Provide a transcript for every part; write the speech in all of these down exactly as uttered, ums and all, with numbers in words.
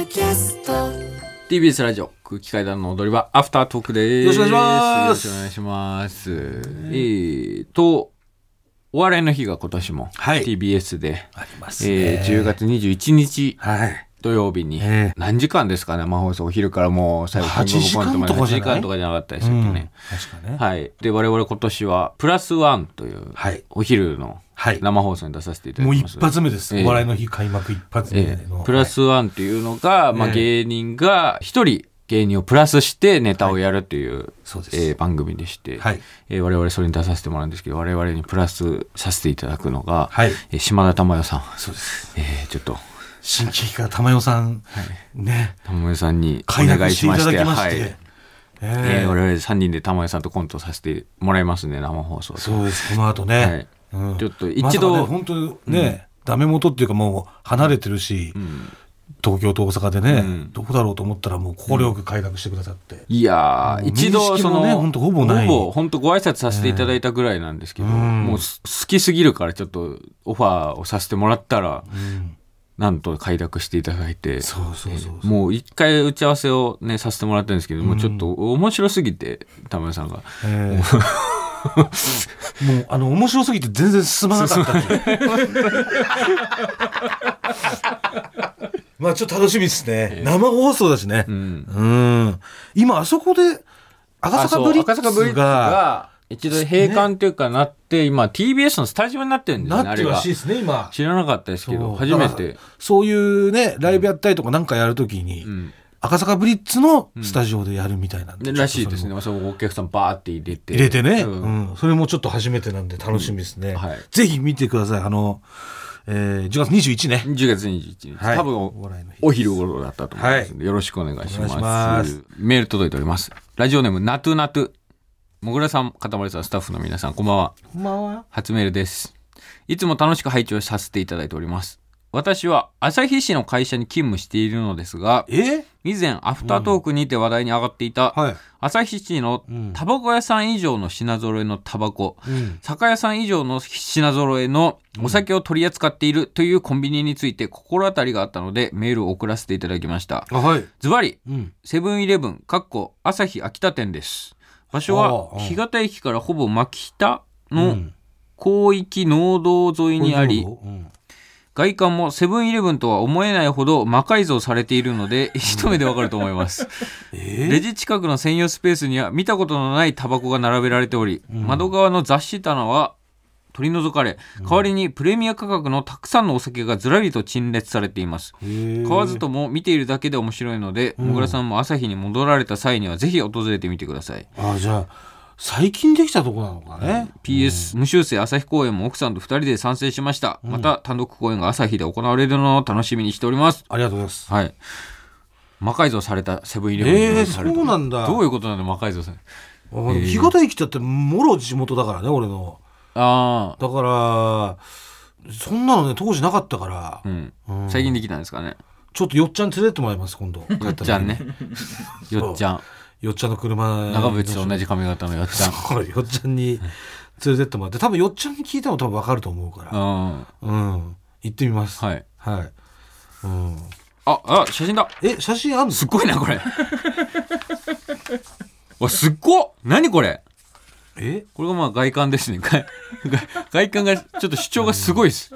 キャストティービーエス ラジオ空気階段の踊り場アフタートークです。 よろしくお願いします。 よろしくお願いします。えーとお笑いの日が今年もはいティービーエス で、 ありますね、 えー、じゅうがつにじゅういちにちはい土曜日に、 えー何時間ですかね、生放送お昼からもう最後キングオブコントまではちじかんとかじゃなかったでしたっけね、 うん、確かね、 はいで我々今年はプラスワンというはいお昼のはい生放送に出させていただもうきます。 一発目です、 えーお笑いの日開幕一発目の、 えープラスワンっていうのが、まあ、 ええ芸人が一人芸人をプラスしてネタをやるっていう、 そうです、 えー番組でして、 はいえー我々それに出させてもらうんですけど、我々にプラスさせていただくのが、 はいえー島田珠代さん、 そうです、 えーちょっと新喜劇から玉代さん、ね珠代さんにお開願い幕しいたしてましてだきまして、 はいええーー我々さんにんで珠代さんとコントさせてもらいますね、生放送で。 そうです、この後ね、 はいうんちょっと一度まさかね本当にね、ダメ元っていうかもう離れてるし、 うん東京と大阪でね、 うんどこだろうと思ったらもう快く快諾してくださって、 いやーもう一度その面識もねほんとほぼないほぼ本当ご挨拶させていただいたぐらいなんですけど、 うんもうす好きすぎるからちょっとオファーをさせてもらったら、 うんなんと快諾していただいて、 そうそうそうそう、 えーもう一回打ち合わせをねさせてもらったんですけど、もうちょっと面白すぎて玉代さんがえーもうあの面白すぎて全然進まなかったっていうまあちょっと楽しみですね、生放送だしね、 うんうん今あそこで赤坂ブリッあそう赤坂ブリッツツがが一度閉館というかなって、今 ティービーエス のスタジオになってるんですよね。 なってるらしいですね今。 知らなかったですけどそう初めてだからそういうねライブやったりとかなんかやるときに、 うん赤坂ブリッツのスタジオでやるみたいなんで、 でらしいですね。まあそこお客さんバーって入れて入れてね、 うんうんそれもちょっと初めてなんで楽しみですね、 うんはいぜひ見てください。あの、えー、じゅうがつにじゅういちね、 じゅうがつにじゅういちにち、 はい多分お笑いの日お昼頃だったと思いますので、よろしくお願いします。 お願いしますメール届いております。ラジオネームナトゥナトゥ、もぐらさん、かたまりさん、スタッフの皆さん、こんばんは。 こんばんは。 初メールです。いつも楽しく拝聴させていただいております。私は旭市の会社に勤務しているのですが、 え以前アフタートークにて話題に上がっていた、 はい、 旭市のうんタバコ屋さん以上の品揃えのタバコ、 うん酒屋さん以上の品揃えのお酒を取り扱っているというコンビニについて心当たりがあったのでメールを送らせていただきました。 あはい、 ズバリうん、 セブンイレブンかっこ朝日秋田店です。場所はああ干潟駅からほぼ真北うのん広域農道沿いにあり、 うん外観もセブンイレブンとは思えないほど魔改造されているので一目でわかると思いますえレジ近くの専用スペースには見たことのないタバコが並べられており、 うん窓側の雑誌棚は取り除かれ、代わりにプレミア価格のたくさんのお酒がずらりと陳列されています。 買買わずとも見ているだけで面白いので、 うんもぐらさんも朝日に戻られた際にはぜひ訪れてみてください。 あじゃあ最近できたとこなのかね、 ピーエス、無修正朝日公演も奥さんとふたりで参戦しました、また単独公演が朝日で行われるのを楽しみにしております。 ありがとうございます。 はい、魔改造されたセブンイレブンにえー、 されたそうなんだ。 どういうことなんだ魔改造されあでも干潟駅だってもろ地元だからね俺の。 あだからそんなのね当時なかったからあ、う、ん、 うん最近できたんですかね。 ちょっとよっちゃん連れてってもらいます今度。 よっちゃんねよっちゃん、 よっちゃんの車長渕と同じ髪型のよっちゃん。 そうよっちゃんに連れてってもらって多分よっちゃんに聞いても多分分かると思うからうんうん行ってみます。 はい。 はい、うん、 あ、あ、写真だ。 え写真あんの？ すっごいなこれ。わ、すっごっ。何これ。 えこれがまあ外観ですね。外外観がちょっと主張がすごいです。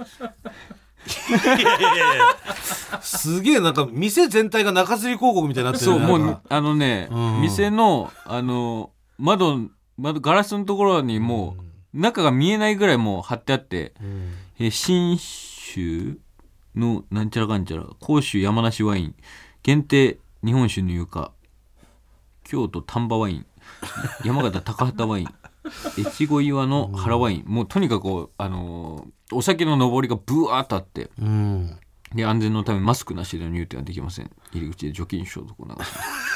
すげえなんか店全体が中吊り広告みたいになってるそう、もうなんかあのね、 うん店のあの窓窓ガラスのところにもう中が見えないぐらいもう貼ってあって、 うんえ信州のなんちゃらかんちゃら甲州山梨ワイン限定日本酒の床京都丹波ワイン山形高畑ワイン越後岩の原ワイン、もうとにかくあのーお酒の上りがブワーッとあって、 うんで安全のためマスクなしでの入店はできません。入り口で除菌消毒を流し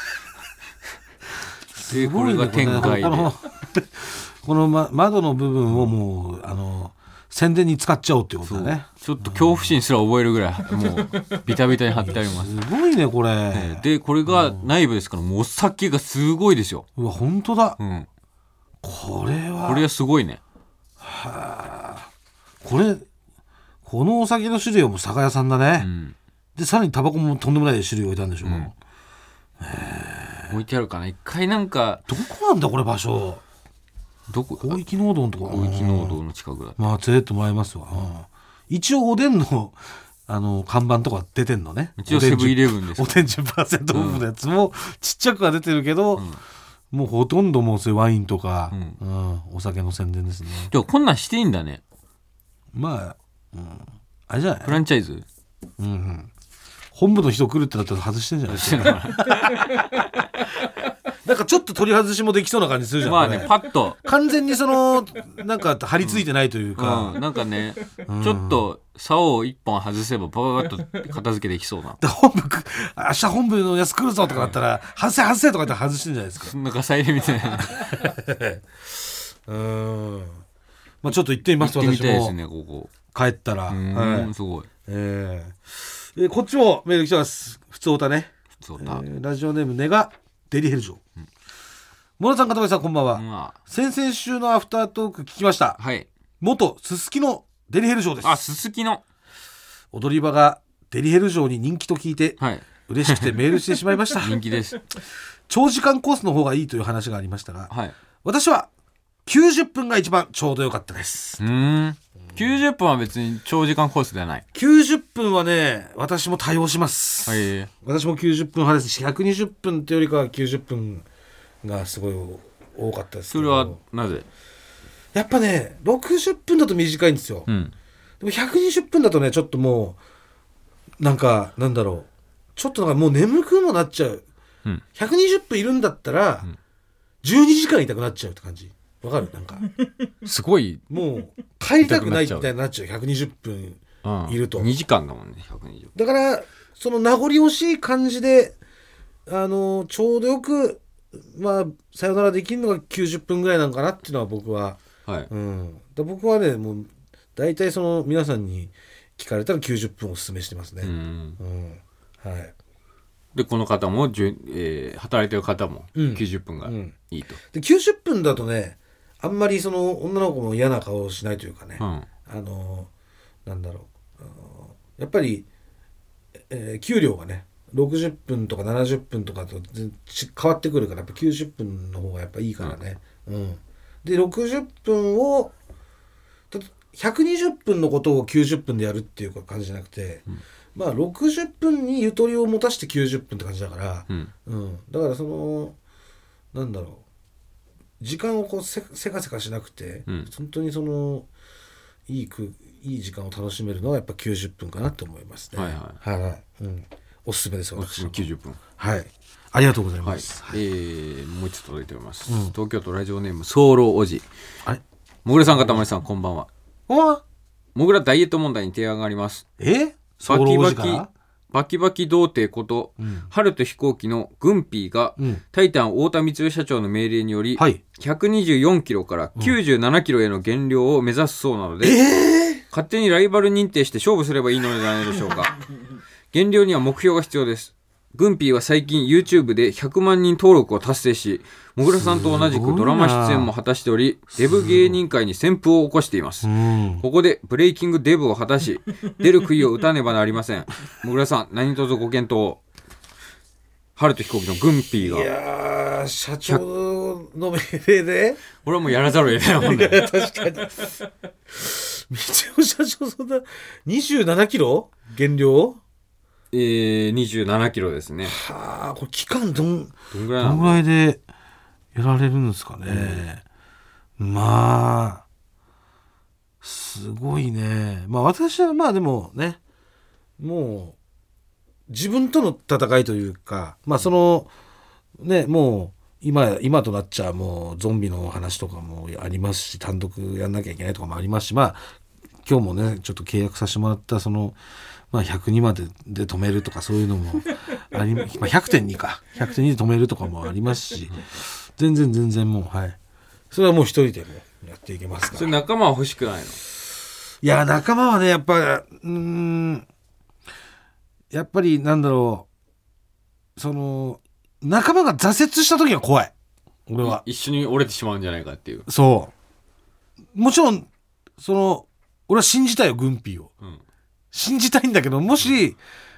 ますでこれが展開でこのこの、ま、窓の部分をもうあの宣伝に使っちゃおうっていうことだね。 ちょっと恐怖心すら覚えるぐらいもうビタビタに貼ってあります。 すごいねこれ、 えーでこれが内部ですからもうお酒がすごいですよ。 うわ本当だ、 うん、 これはこれはすごいね。 これこのお酒の種類はもう酒屋さんだね、 うん、 でさらにタバコもとんでもない種類置いたんでしょ、うん、へ置いてあるかな。一回なんかどこなんだこれ場所。 どこ広域農道のとこ。 広域農道の近くだ。 まあ連れてってもらいますわ、うん、一応おでんのあの看板とか出てんのね。 一応セブンイレブンです。 おでん じゅっパーセント オフのやつもちっちゃくは出てるけど、うん、もうほとんどもうそういうワインとか、うんうん、お酒の宣伝ですね。 でもこんなんしていいんだね。 まあ、うん、あれじゃないフランチャイズ、 うんうん、本部の人来るってなったら外してんじゃないですかなんかちょっと取り外しもできそうな感じするじゃん。 まあね、パッと完全にそのなんか張り付いてないというか、 うんうん、なんかね、うん、ちょっと竿を一本外せばパパッと片付けできそうな。 本部明日本部のやつ来るぞとかだったら、うん、外せ外せとか言って外してんじゃないですか。 そんなガサ入れみたいなうん、まあちょっと行ってみます。 行ってみたいですね。ここ帰ったら、 はい、すごい、 えーえー、こっちもメール来てます。ふつおたね、 ふつおた、 えー、ラジオネームネガデリヘル嬢、うん、モノさん、片林さん、こんばんは、うん、先々週のアフタートーク聞きました。 はい、 元すすきのデリヘル嬢です。 あ、すすきの踊り場がデリヘル嬢に人気と聞いて、はい、嬉しくてメールしてしまいました人気です。 長時間コースの方がいいという話がありましたが、 はい、 私はきゅうじゅっぷんが一番ちょうどよかったです。 うーん、きゅうじゅっぷんは別に長時間コースではない。 きゅうじゅっぷんはね、私も対応します、 はい、 私もきゅうじゅっぷん派ですし、ひゃくにじゅっぷんってよりかはきゅうじゅっぷんがすごい多かったですけど。 それはなぜ？ やっぱね、ろくじゅっぷんだと短いんですよ、うん、でもひゃくにじゅっぷんだとね、ちょっともうなんかなんだろう、ちょっとなんかもう眠くもなっちゃう、うん、ひゃくにじゅっぷんいるんだったら、うん、じゅうにじかんいたくなっちゃうって感じ。わかる？なんかすごいもう帰りたくないみたいになっちゃう。ひゃくにじゅっぷんいると、 うん、にじかんだもんね。ひゃくにじゅっぷんだからその名残惜しい感じで、あのちょうどよく、まあさよならできるのがきゅうじゅっぷんぐらいなんかなっていうのは僕は、はい、うん、だ僕はね、もう大体その皆さんに聞かれたらきゅうじゅっぷんをお勧めしてますね。うん、うん、はい。 でこの方も、えー、働いてる方もきゅうじゅっぷんがいいと、うんうん、 できゅうじゅっぷんだとね、あんまりその女の子も嫌な顔をしないというかね、うん、あのなんだろう、やっぱり、えー、給料がねろくじゅっぷんとかななじゅっぷんとかと変わってくるから、やっぱきゅうじゅっぷんの方がやっぱいいからね、うんうん、でろくじゅっぷんをひゃくにじゅっぷんのことをきゅうじゅっぷんでやるっていう感じじゃなくて、うん、まあろくじゅっぷんにゆとりを持たせてきゅうじゅっぷんって感じだから、うんうん、だからそのなんだろう、時間をこう せ, せかせかしなくて、うん、本当にそのいいくいい時間を楽しめるのはやっぱきゅうじゅっぷんかなと思いますね。はいはいはい、はい、うん、おすすめです。私きゅうじゅっぷん、 はい、ありがとうございます。 はい、えー、もう一つ届いております、うん、東京都ラジオネームソウロおじ。 あれ、 もぐらさん、かたまりさん、こんばんは。 おもぐらダイエット問題に提案があります。 えバキバキバキバキ童貞こと、うん、春と飛行機のグンピーが、うん、タイタン太田光代社長の命令により、はい、ひゃくにじゅうよんキロからきゅうじゅうななキロへの減量を目指すそうなので、うん、えー、勝手にライバル認定して勝負すればいいのではないでしょうか減量には目標が必要です。グンピーは最近 YouTube でひゃくまんにん登録を達成し、もぐらさんと同じくドラマ出演も果たしており、デブ芸人界に旋風を起こしています。ここでブレイキングデブを果たし、出る杭を打たねばなりません。もぐらさん、何卒ご検討を。春と飛行機のグンピーが、 いやー、社長の命令で俺はもうやらざるを得ないもんね。 いや確かに道夫社長、そんなにじゅうななキロ減量、 えー、にじゅうななキロですね。 はあ、これ期間どんどんぐらいどんぐらいでやられるんですかね、うん、まあすごいね。まあ私はまあでもね、もう自分との戦いというか、まあそのね、もう今今となっちゃもうゾンビの話とかもありますし、単独やんなきゃいけないとかもありますし、まあ今日もねちょっと契約させてもらったそのまあ、ひゃくにまでで止めるとかそういうのもあり、まあ、ひゃくてんにかひゃくてんにで止めるとかもありますし、全然全然もう、はい、それはもう一人でもやっていけますから。 それ仲間は欲しくないの？ いや仲間はね、やっぱうーんやっぱりなんだろう、その仲間が挫折した時は怖い。俺は一緒に折れてしまうんじゃないかっていう。 そうもちろんその俺は信じたいよ、グンピーを、うん、信じたいんだけど、もし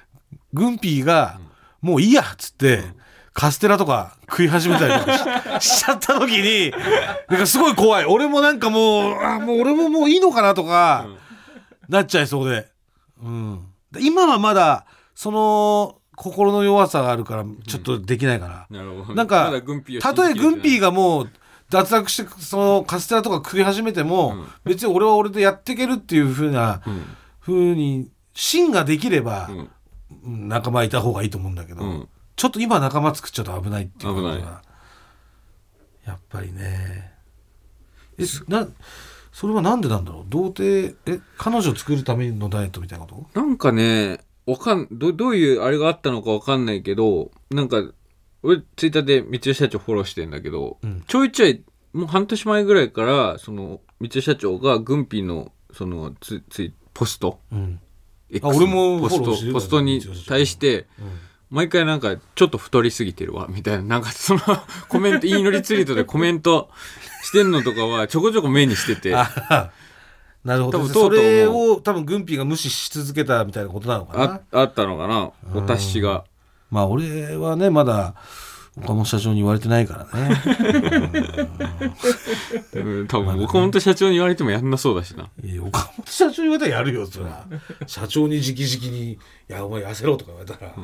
グンピーが、うん、もういいやっつって、うん、カステラとか食い始めたりとか し, しちゃった時になんかすごい怖い。俺もなんかもうあもう俺ももういいのかなとか、うん、なっちゃいそうで、うん、今はまだその心の弱さがあるからちょっとできないから、うん、なるほど。なんか、ま、たとえグンピーがもう脱落してそのカステラとか食い始めても、うん、別に俺は俺でやっていけるっていう風な、うん、風に芯ができれば、うん、仲間いた方がいいと思うんだけど、うん、ちょっと今仲間作っちゃうと危ないっていうのがやっぱりね。えなそれはなんでなんだろう。童貞え彼女作るためのダイエットみたいなこと？ なんかねわかん ど, どういうあれがあったのかわかんないけど、なんか俺ツイッターで三ツ矢社長フォローしてんだけど、うん、ちょいちょいもう半年前ぐらいからその三ツ矢社長がグンピーのそのツツイポスト、うん、 X あ俺もポストポストに対して、うん、毎回なんかちょっと太りすぎてるわみたいな、なんかそのコメントいいのりツイートでコメントしてんのとかはちょこちょこ目にしててなるほど。多分それを多分グンピーが無視し続けたみたいなことなのかな。 あ, あったのかなお達しが。 まあ俺はねまだ岡本社長に言われてないからねうん、多分岡本社長に言われてもやんなそうだしな。 いや岡本社長に言われたらやるよそれは社長に直々にいやお前痩せろとか言われたら、うんうん、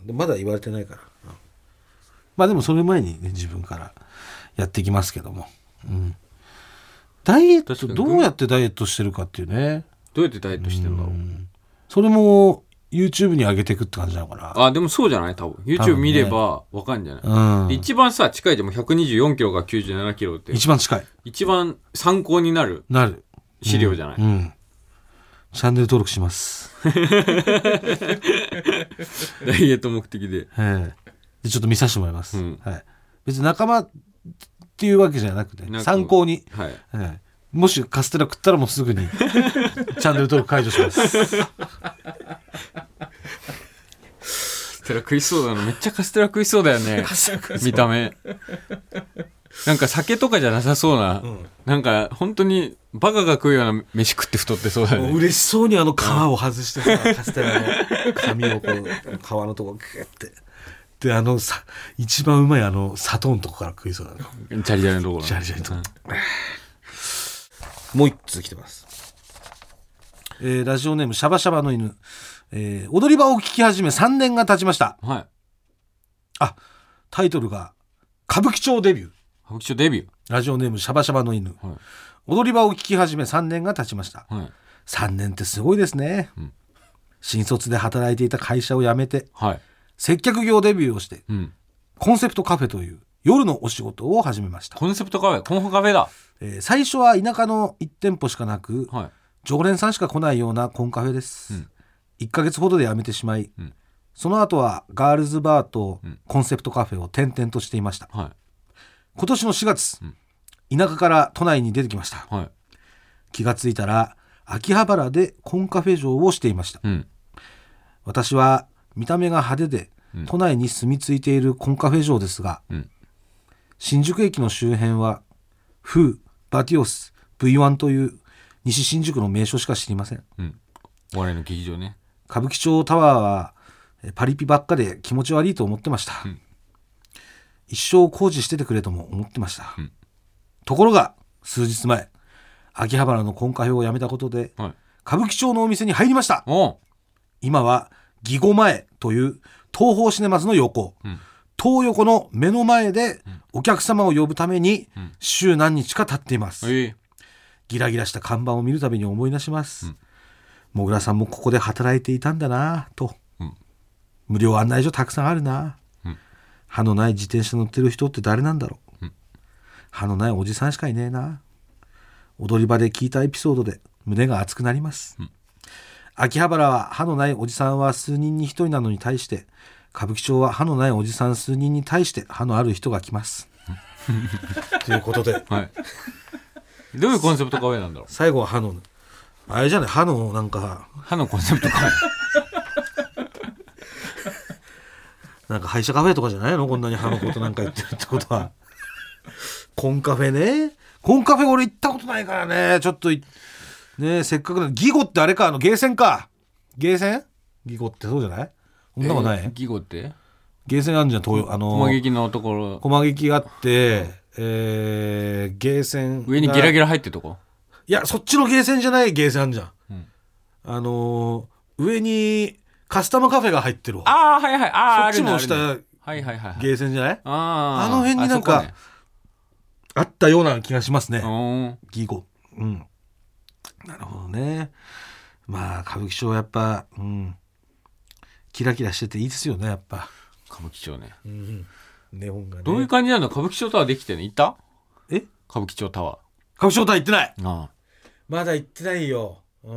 でまだ言われてないから、うん、まあでもそれ前にね自分からやっていきますけども、うん、ダイエットどうやってダイエットしてるかっていうね。 どうやってダイエットしてるんだろう、うん、 それも YouTube に上げていくって感じなのかな。 あでもそうじゃない多分 YouTube 見ればわかんじゃない、うん、一番さ近いでもひゃくにじゅうよんキロかきゅうじゅうななキロって一番近い一番参考になるなる資料じゃない、 うんうん、チャンネル登録しますダイエット目的で、 はい、でちょっと見させてもらいます、うんはい、別に仲間っていうわけじゃなくて参考に、はいはい、もしカステラ食ったらもうすぐにチャンネル登録解除しますカステラ食いそうだな。めっちゃカステラ食いそうだよね見た目なんか酒とかじゃなさそうな、うん、なんか本当にバカが食うような飯食って太ってそうだよね。 嬉しそうにあの皮を外してさ、うん、カステラの紙をこう皮のとこグッてであのさ一番うまいあの砂糖のとこから食いそうだね。 チャリチャリのところチャリチャリのところ、うん、もう一つ来てます、えー、ラジオネームシャバシャバの犬、えー、踊り場を聞き始めさんねんが経ちました、はい、あタイトルが歌舞伎町デビュー。 歌舞伎町デビュー。 ラジオネームシャバシャバの犬、はい、踊り場を聞き始めさんねんが経ちました、はい、さんねんってすごいですね、うん、新卒で働いていた会社を辞めて、はい、接客業デビューをして、うん、コンセプトカフェという夜のお仕事を始めました。 コンセプトカフェコンフカフェだ、 えー、最初は田舎のいち店舗しかなく、はい、常連さんしか来ないようなコンカフェです、うん、いっかげつほどで辞めてしまい、うん、その後はガールズバーとコンセプトカフェを転々としていました、はい、今年のしがつ、うん、田舎から都内に出てきました、はい、気がついたら秋葉原でコンカフェ嬢をしていました、うん、私は見た目が派手で、うん、都内に住み着いているコンカフェ嬢ですが、うん、新宿駅の周辺はフー、バティオス、ブイワン という西新宿の名所しか知りません、うん、 お笑いの劇場ね。 歌舞伎町タワーはパリピばっかで気持ち悪いと思ってました、うん、一生工事しててくれとも思ってました、うん、ところが数日前秋葉原のコンカフェを辞めたことで、はい、歌舞伎町のお店に入りました。今は義後前という東宝シネマズの横、うん、東横の目の前でお客様を呼ぶために週何日か経っています、うん、ギラギラした看板を見るたびに思い出します、うん、もぐらさんもここで働いていたんだなと、うん、無料案内所たくさんあるな、うん、歯のない自転車乗ってる人って誰なんだろう、うん、歯のないおじさんしかいねえな。踊り場で聞いたエピソードで胸が熱くなります、うん、秋葉原は歯のないおじさんは数人に一人なのに対して歌舞伎町は歯のないおじさん数人に対して歯のある人が来ますということで、はい、 どういうコンセプトカフェなんだろう。 最後は歯のあれじゃない歯のなんか歯のコンセプトカフェなんか歯医者カフェとかじゃないのこんなに歯のことなんか言ってるってことはコンカフェね。コンカフェ俺行ったことないからね。ちょっとねせっかくのギゴってあれかあのゲーセンかゲーセンギゴってそうじゃないそんなことない、 えー、義語ってゲーセンあるじゃん、東洋、あの駒劇のところ、 駒劇があって、うん、えー、ゲーセン上にゲラゲラ入ってるとこ、 いやそっちのゲーセンじゃないゲーセンあるじゃん、 うん、 あのー、上にカスタムカフェが入ってるわ。 ああはいはい、ああそっちも下、 はいはいはいはい、 ゲーセンじゃない、 ああの辺になんか あ,、ね、あったような気がしますね、義語。うん、なるほどね。まあ歌舞伎町やっぱ、うん、キラキラしてていいですよね、やっぱ歌舞伎町ね、 うん、ネオンがね。 どういう感じなの？歌舞伎町タワーできてるの？行った？ え？ 歌舞伎町タワー。 歌舞伎町タワー行ってない。 ああまだ行ってないよ、うん、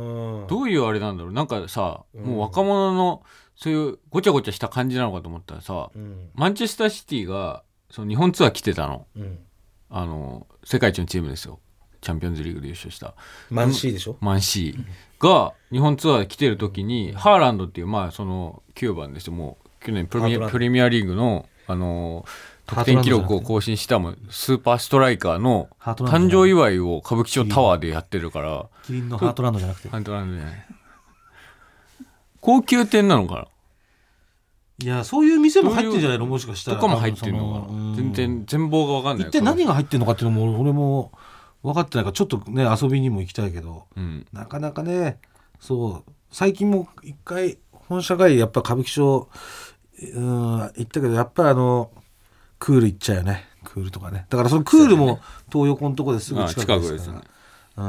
どういうあれなんだろう。なんかさ、うん、もう若者のそういうごちゃごちゃした感じなのかと思ったらさ、うん、マンチェスターシティがその日本ツアー来てたの、うん、あの世界一のチームですよ、チャンピオンズリーグで優勝したマンシーでしょ。 マンシーが日本ツアー来てる時に、うん、ハーランドっていう、まあそのきゅうばんですよ、もう去年プレミア、プレミアリーグのあの得点記録を更新したもスーパーストライカーの誕生祝いを歌舞伎町タワーでやってるから、 キリンのハートランドじゃなくて、 ハートランドじゃない、高級店なのかな。 いやそういう店も入ってんじゃないの、もしかしたらとかも入ってるのかな。全然全貌が分かんない。 一体何が入ってるのかっていうのも俺も分かってないから、ちょっとね遊びにも行きたいけど、うん、なかなかね。そう最近も一回本社帰りやっぱ歌舞伎町、うん、行ったけど、やっぱりあのクール行っちゃうよね、クールとかね。だからそのクールも東横のとこですぐ近くですから、ね、うん、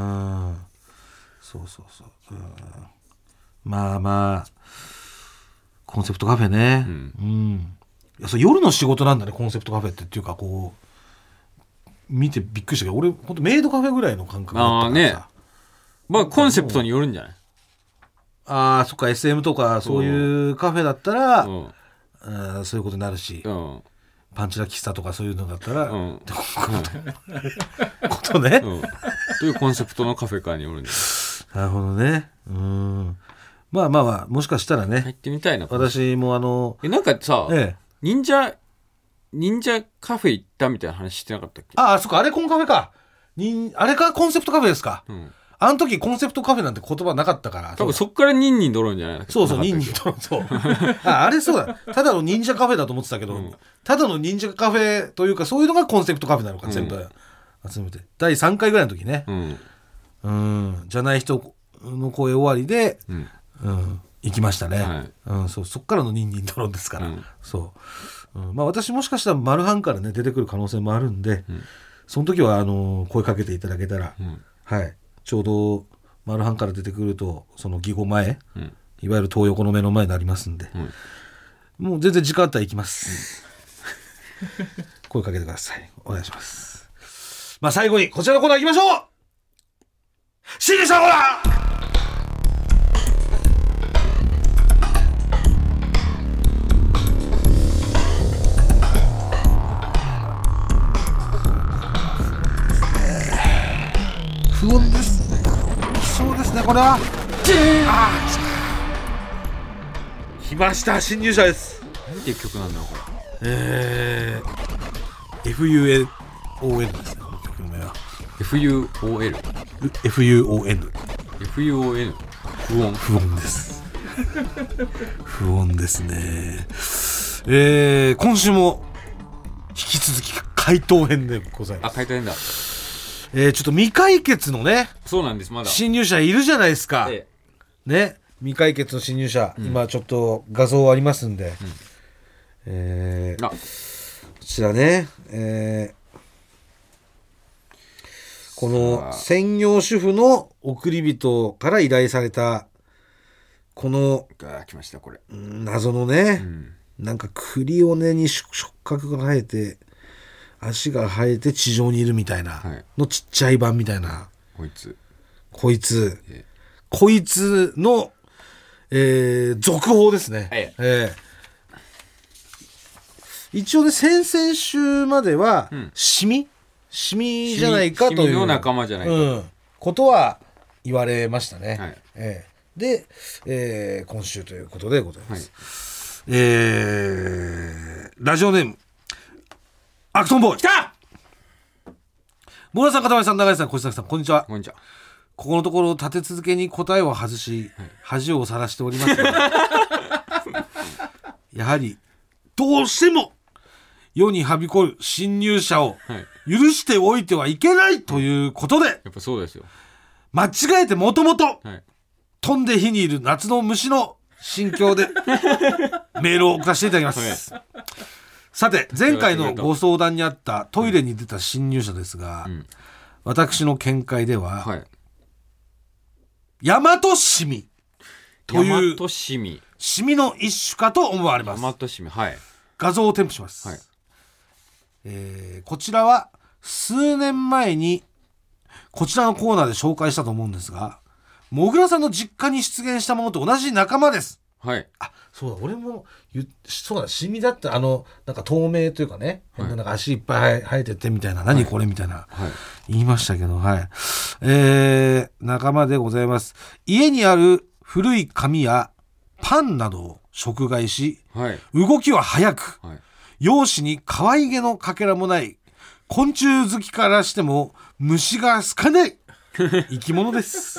そうそうそう、うん、まあまあコンセプトカフェね、うんうん、いやそれ夜の仕事なんだね、コンセプトカフェって。っていうかこう見てびっくりしたけど、俺ほんとメイドカフェぐらいの感覚だったからさ。あ、ね、 まあコンセプトによるんじゃない。 ああそっか、 エスエム とかそういうカフェだったら、うん、あそういうことになるし、うん、パンチラ喫茶とかそういうのだったら、うん、ってことね、うん、 どういうコンセプトのカフェかによるんじゃない。なるほどね。うん、まあまあまあもしかしたらね、 入ってみたいな。 私もあのえなんかさ、ええ、忍者忍者カフェ行ったみたいな話してなかったっけ。 ああそっか、あれコンカフェか、にあれかコンセプトカフェですか、うん、あの時コンセプトカフェなんて言葉なかったから、 多分そっからニンニンドローンじゃない。 そうそう、ニンニンドローン、そうあ, あれそうだ、ただの忍者カフェだと思ってたけど、うん、ただの忍者カフェというかそういうのがコンセプトカフェなのか、うん、全部集めてだいさんかいぐらいの時ね、うん、うんじゃない人の声終わりで、うんうん、行きましたね、はいうん、そうそっからのニンニンドローンですから、うん、そう、うんまあ、私もしかしたらマルハンからね出てくる可能性もあるんで、うん、その時はあの声かけていただけたら、うんはい、ちょうどマルハンから出てくるとその義語前、うん、いわゆる東横の目の前になりますんで、うん、もう全然時間あったら行きます、うん、声かけてください、お願いします。まあ最後にこちらのコーナー行きましょう。しげさんほら不穏です。そうですね、これはあ来ました、新入社です。 何ていう曲なんだろうこれ。えー、エフユーオーエヌ ですね、この曲の名は。 エフユーオーエルエフユーオーエヌエフユーオーエヌ 不穏不穏です不穏ですね。えー、今週も引き続き回答編でございます。 あ、回答編だ。 えー、ちょっと未解決のね、 そうなんです、まだ新入社いるじゃないですか、ええ、ね、未解決の新入社、うん、今ちょっと画像ありますんで、うん、えー、あこちらね、えー、この専業主婦の送り人から依頼されたこのが来ましたこれ、 謎のね、うん、なんかクリオネに触覚が生えて足が生えて地上にいるみたいなのちっちゃい版みたいな、 こいつこいつ、ええ、こいつの、えー、続報ですね、えええー、一応ね先々週までは、うん、シミシミじゃないかというシミの仲間じゃないか、 うん、ことは言われましたね、はいえー、で、えー、今週ということでございます、はいえー、ラジオネームアクトンボーイ来た。モラさん、かたまりさん、永井さん、小崎さん、こんにちは。 こんにちは。 ここのところ立て続けに答えを外し、はい、恥をさらしておりますがやはりどうしても世にはびこる侵入者を許しておいてはいけないということで、 やっぱそうですよ。 間違えてもともと飛んで火にいる夏の虫の心境でメールを送らせていただきます、はい、さて前回のご相談にあったトイレに出た侵入者ですが、うん、私の見解では、はい、ヤマトシミというシミの一種かと思われます。 ヤマトシミ、はい、 画像を添付します、はい、えー、こちらは数年前にこちらのコーナーで紹介したと思うんですが、もぐらさんの実家に出現したものと同じ仲間です。 はい。 あ、そうだ、俺も言そうだ、シミだったあのなんか透明というかね、はい、なんか足いっぱい生えててみたいな、何これみたいな、はい、言いましたけど、はい、えー、仲間でございます。家にある古い紙やパンなどを食害し、はい、動きは速く、はい、容姿に可愛げのかけらもない昆虫好きからしても虫が好かない生き物です、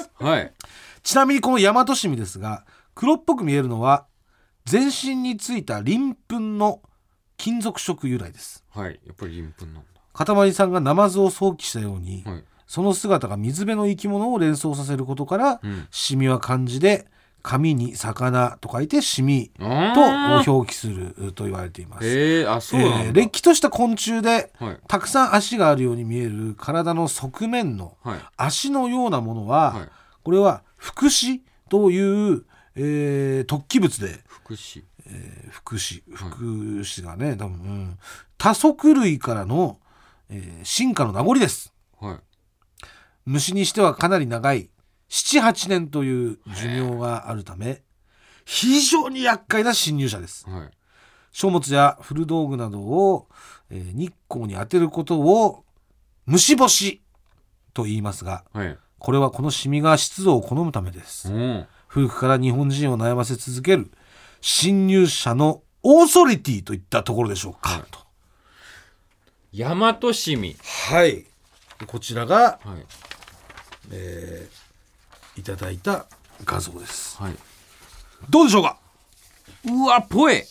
はい、ちなみにこのヤマトシミですが、黒っぽく見えるのは全身についた鱗粉の金属色由来です。 はい、やっぱり鱗粉なんだ。 かたまりさんがナマズを想起したように、はい、その姿が水辺の生き物を連想させることから、うん、シミは漢字で紙に魚と書いてシミと表記すると言われています。 へー、あ、そうなんだ。えー、 れっきとした昆虫で、はい、たくさん足があるように見える体の側面の足のようなものは、はい、これは複歯という、えー、突起物で、 複歯、 えー、複歯複歯がね、多分、うん、多足類からの、えー、進化の名残です、はい、虫にしてはかなり長いななはちねんという寿命があるため非常に厄介な侵入者です、はい、書物や古道具などを、えー、日光に当てることを虫干しと言いますが、はい、これはこのシミが湿度を好むためです、うん、古くから日本人を悩ませ続ける侵入者のオーソリティといったところでしょうか、はい、とヤマトシミ、 はい、こちらが、はい、えーいただいた画像です、はい、どうでしょうか。 うわ、ぽい、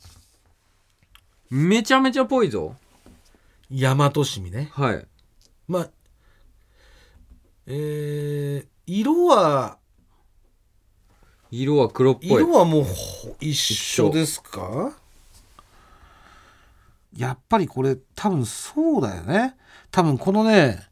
めちゃめちゃぽいぞ。 ヤマトシミね。 はい。 まあえー、色は色は黒っぽい。 色はもう一緒ですか。やっぱりこれ多分そうだよね。多分このね、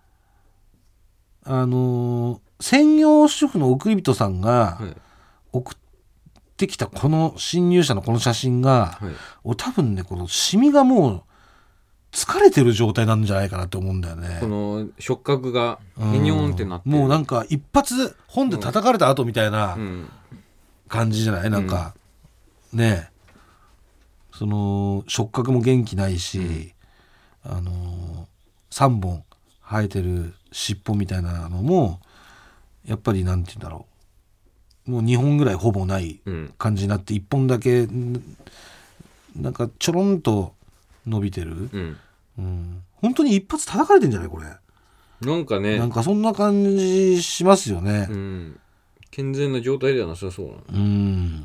あのー専業主婦の送り人さんが送ってきたこの侵入者のこの写真が、はい、多分ねこのシミがもう疲れてる状態なんじゃないかなと思うんだよね。 この触覚がヘニョーンってなってる、 うん、もうなんか一発本で叩かれた後みたいな感じじゃない、うん、なんか、うん、ねその触覚も元気ないし、うん、あのさんぼん生えてる尻尾みたいなのもやっぱりなんて言うんだろう、もうにほんぐらいほぼない感じになって、いっぽんだけなんかちょろんと伸びてる、うんうん、本当に一発叩かれてんじゃないこれ。 なんかね、 なんかそんな感じしますよね、 うん、健全な状態ではなさそうな。 うん、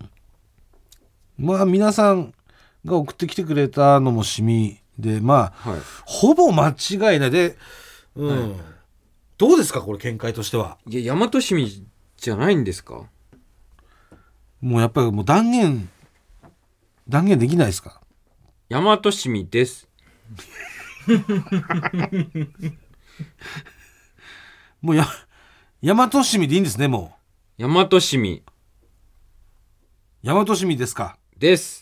まあ皆さんが送ってきてくれたのもシミで、まあ、はい、ほぼ間違いないで、うん、はい、どうですかこれ見解としては。 いや、ヤマトシミじゃないんですか。 もうやっぱりもう断言断言できないですか。 ヤマトシミですもうやヤマトシミでいいんですね。もうヤマトシミヤマトシミですか。 です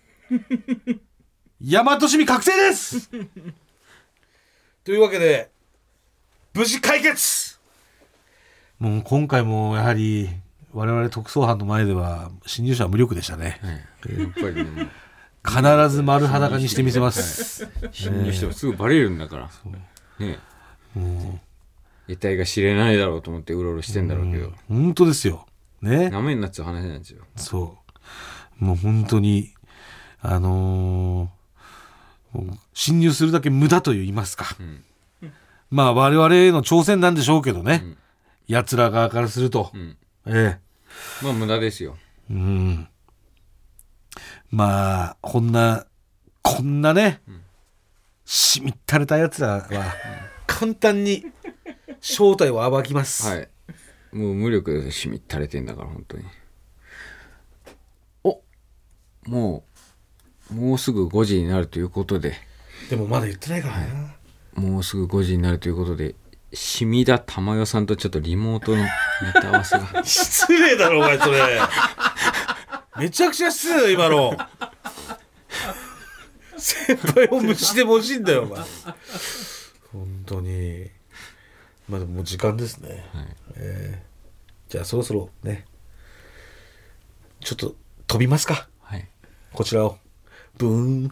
ヤマトシミ確定ですというわけで無事解決。もう今回もやはり我々特捜班の前では侵入者は無力でしたね、はい、やっぱりね必ず丸裸にしてみせます、 はい、侵入してもすぐバレるんだから、ね、もう得体が知れないだろうと思ってうろうろしてんだろうけど、 本当ですよね。 なめになっちゃう話なんですよ。 そうもう本当にあのー、もう侵入するだけ無駄と言いますか、うん、まあ我々への挑戦なんでしょうけどね、うん、奴ら側からすると、うん、ええ、 まあ無駄ですよ。 うん。 まあこんなこんなね、うん、しみったれたやつらは簡単に正体を暴きます。 はい、もう無力でしみったれてんだから本当に。お、もうもうすぐごじになるということで。 でもまだ言ってないからね、はい、 もうすぐごじになるということで、し田珠代さんとちょっとリモートのネタ合わせが失礼だろお前それめちゃくちゃ失礼だ今の先輩を虫でも欲しいんだよお前本当に。まあでももう時間ですね、はい、えー、じゃあそろそろねちょっと飛びますか、 はい、 こちらをブーン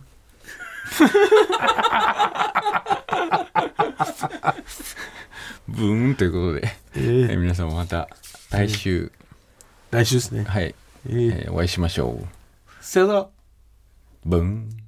ブーンということで、えーえー、皆さんもまた来週、 えー、来週ですね、 はい、えーえー、お会いしましょう。 さよなら。 ブーン。